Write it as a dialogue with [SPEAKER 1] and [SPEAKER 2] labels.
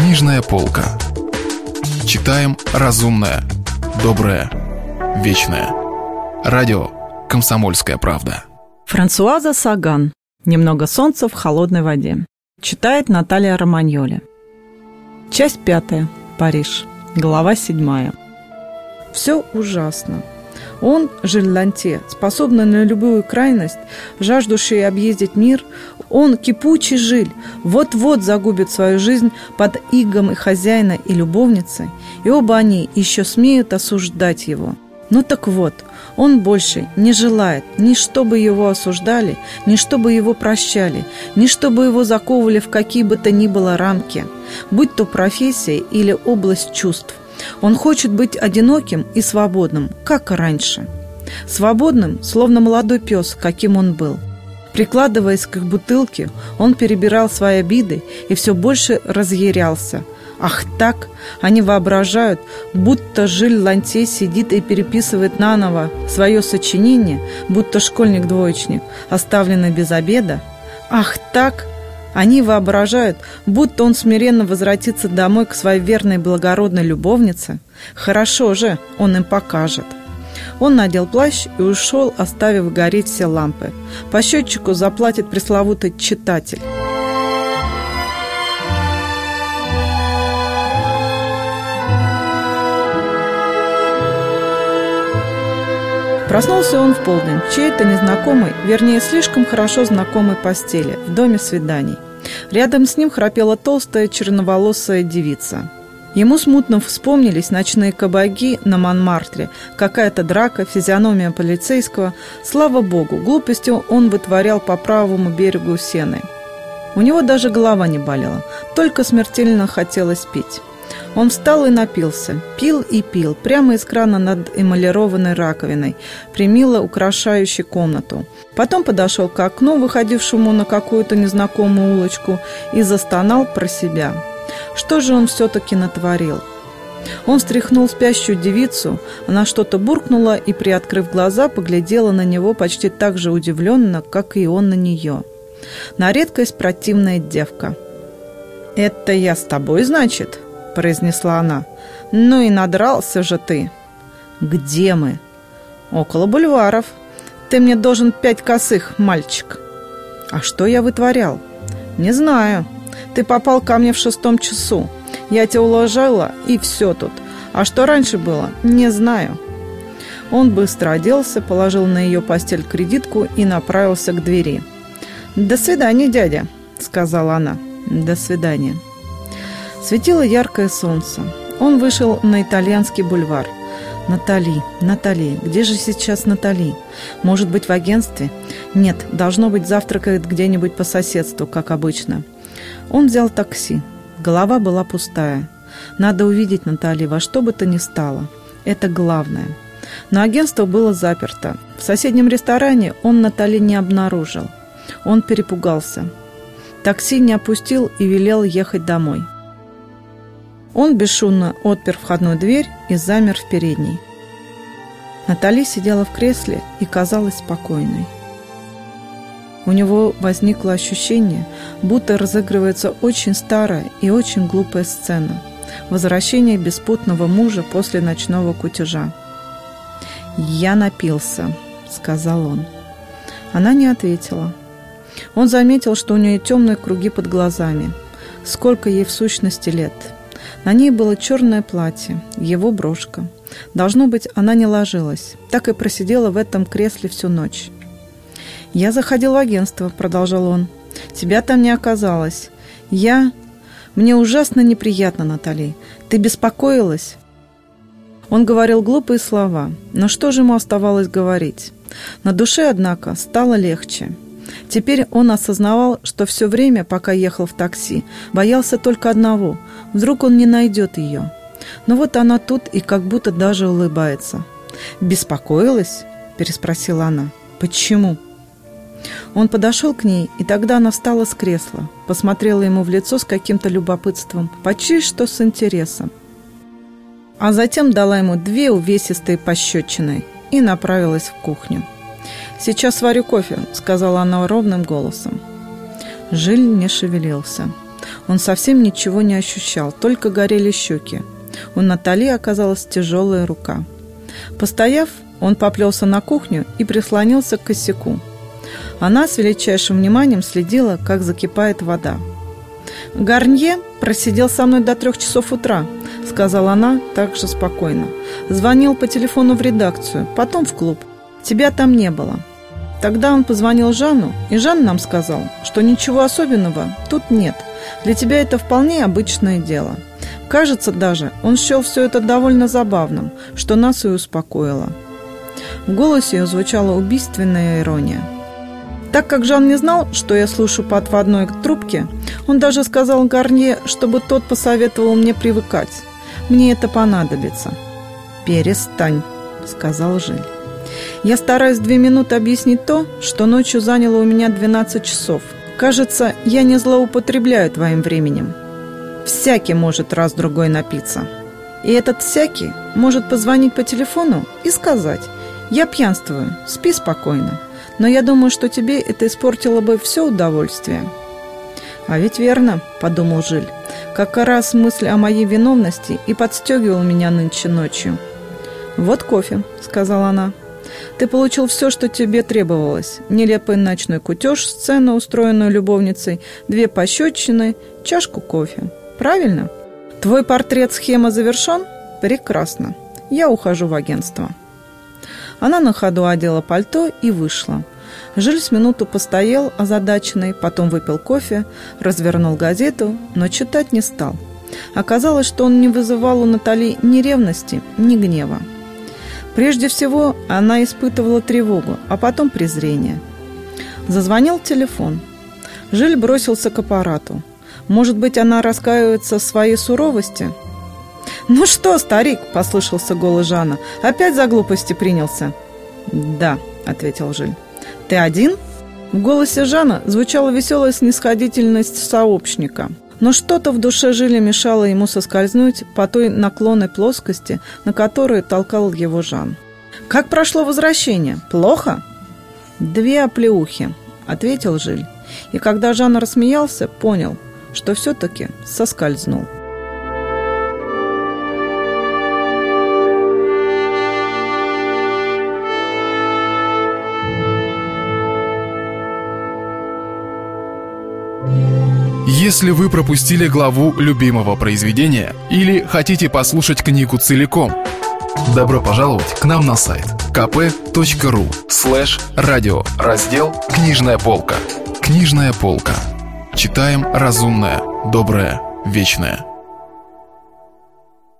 [SPEAKER 1] Книжная полка. Читаем разумное, доброе, вечное. Радио «Комсомольская правда».
[SPEAKER 2] Франсуаза Саган. «Немного солнца в холодной воде». Читает Наталья Романьоли. Часть 5. Париж. Глава 7. Все ужасно. Он, Жиль Лантье, способный на любую крайность, жаждущий объездить мир, он, кипучий Жиль, вот-вот загубит свою жизнь под игом и хозяина, и любовницы, и оба они еще смеют осуждать его. Ну так вот, он больше не желает ни чтобы его осуждали, ни чтобы его прощали, ни чтобы его заковывали в какие бы то ни было рамки, будь то профессия или область чувств. Он хочет быть одиноким и свободным, как и раньше. Свободным, словно молодой пес, каким он был. Прикладываясь к бутылке, он перебирал свои обиды и все больше разъярялся. Ах так, они воображают, будто Жиль Лантье сидит и переписывает наново свое сочинение, будто школьник-двоечник, оставленный без обеда. Ах так, они воображают, будто он смиренно возвратится домой к своей верной благородной любовнице. Хорошо же, он им покажет. Он надел плащ и ушел, оставив гореть все лампы. По счетчику заплатит пресловутый читатель. Проснулся он в полдень в чьей-то незнакомой, вернее, слишком хорошо знакомой постели, в доме свиданий. Рядом с ним храпела толстая черноволосая девица. Ему смутно вспомнились ночные кабаки на Монмартре, какая-то драка, физиономия полицейского. Слава богу, глупостью он вытворял по правому берегу Сены. У него даже голова не болела, только смертельно хотелось пить. Он встал и напился, пил и пил, прямо из крана над эмалированной раковиной, примило украшающей комнату. Потом подошел к окну, выходившему на какую-то незнакомую улочку, и застонал про себя. Что же он все-таки натворил? Он встряхнул спящую девицу, она что-то буркнула и, приоткрыв глаза, поглядела на него почти так же удивленно, как и он на нее. На редкость противная девка. «Это я с тобой, значит?» — произнесла она. «Ну и надрался же ты!» «Где мы?» «Около бульваров. Ты мне должен 5 косых, мальчик». «А что я вытворял?» «Не знаю. Ты попал ко мне в 6 часу. Я тебя уложила, и все тут. А что раньше было, не знаю». Он быстро оделся, положил на ее постель кредитку и направился к двери. «До свидания, дядя», — сказала она. «До свидания». Светило яркое солнце. Он вышел на итальянский бульвар. Натали, где же сейчас Натали? Может быть, в агентстве? Нет, должно быть, завтракает где-нибудь по соседству, как обычно. Он взял такси. Голова была пустая. Надо увидеть Натали во что бы то ни стало. Это главное. Но агентство было заперто. В соседнем ресторане он Натали не обнаружил. Он перепугался. Такси не опустил и велел ехать домой. Он бесшумно отпер входную дверь и замер в передней. Натали сидела в кресле и казалась спокойной. У него возникло ощущение, будто разыгрывается очень старая и очень глупая сцена – возвращение беспутного мужа после ночного кутежа. «Я напился», – сказал он. Она не ответила. Он заметил, что у нее темные круги под глазами. Сколько ей в сущности лет? На ней было черное платье, его брошка. Должно быть, она не ложилась, так и просидела в этом кресле всю ночь. «Я заходил в агентство», — продолжал он. «Тебя там не оказалось. Мне ужасно неприятно, Натали. Ты беспокоилась?» Он говорил глупые слова, но что же ему оставалось говорить? На душе, однако, стало легче. Теперь он осознавал, что все время, пока ехал в такси, боялся только одного – вдруг он не найдет ее. Но вот она тут и как будто даже улыбается. «Беспокоилась?» – переспросила она. «Почему?» Он подошел к ней, и тогда она встала с кресла, посмотрела ему в лицо с каким-то любопытством, почти что с интересом. А затем дала ему 2 увесистые пощечины и направилась в кухню. «Сейчас сварю кофе», — сказала она ровным голосом. Жиль не шевелился. Он совсем ничего не ощущал, только горели щеки. У Натали оказалась тяжелая рука. Постояв, он поплелся на кухню и прислонился к косяку. Она с величайшим вниманием следила, как закипает вода. «Гарнье просидел со мной до 3 часов утра», — сказала она так же спокойно. «Звонил по телефону в редакцию, потом в клуб. Тебя там не было. Тогда он позвонил Жанну, и Жан нам сказал, что ничего особенного тут нет. Для тебя это вполне обычное дело. Кажется, даже он счел все это довольно забавным, что нас и успокоило». В голосе ее звучала убийственная ирония. Так как Жан не знал, что я слушаю по отводной трубке, он даже сказал Гарнье, чтобы тот посоветовал мне привыкать. Мне это понадобится. «Перестань», — сказал Жиль. «Я стараюсь 2 минуты объяснить то, что ночью заняло у меня 12 часов. Кажется, я не злоупотребляю твоим временем. Всякий может раз-другой напиться. И этот всякий может позвонить по телефону и сказать: «Я пьянствую, спи спокойно». Но я думаю, что тебе это испортило бы все удовольствие». «А ведь верно», — подумал Жиль. «Как раз мысль о моей виновности и подстегивала меня нынче ночью». «Вот кофе», — сказала она. «Ты получил все, что тебе требовалось. Нелепый ночной кутеж, сцену, устроенную любовницей, 2 пощечины, чашку кофе. Правильно? Твой портрет-схема завершен? Прекрасно. Я ухожу в агентство». Она на ходу одела пальто и вышла. Жиль с минуту постоял озадаченный, потом выпил кофе, развернул газету, но читать не стал. Оказалось, что он не вызывал у Натали ни ревности, ни гнева. Прежде всего, она испытывала тревогу, а потом презрение. Зазвонил телефон. Жиль бросился к аппарату. Может быть, она раскаивается в своей суровости? «Ну что, старик?» – послышался голос Жана. «Опять за глупости принялся?» «Да», – ответил Жиль. «Ты один?» В голосе Жана звучала веселая снисходительность сообщника. Но что-то в душе Жиля мешало ему соскользнуть по той наклонной плоскости, на которую толкал его Жан. «Как прошло возвращение? Плохо?» 2 оплеухи», – ответил Жиль. И когда Жан рассмеялся, понял, что все-таки соскользнул.
[SPEAKER 1] Если вы пропустили главу любимого произведения или хотите послушать книгу целиком, добро пожаловать к нам на сайт kp.ru/радио, раздел «Книжная полка». Книжная полка. Читаем разумное, доброе, вечное.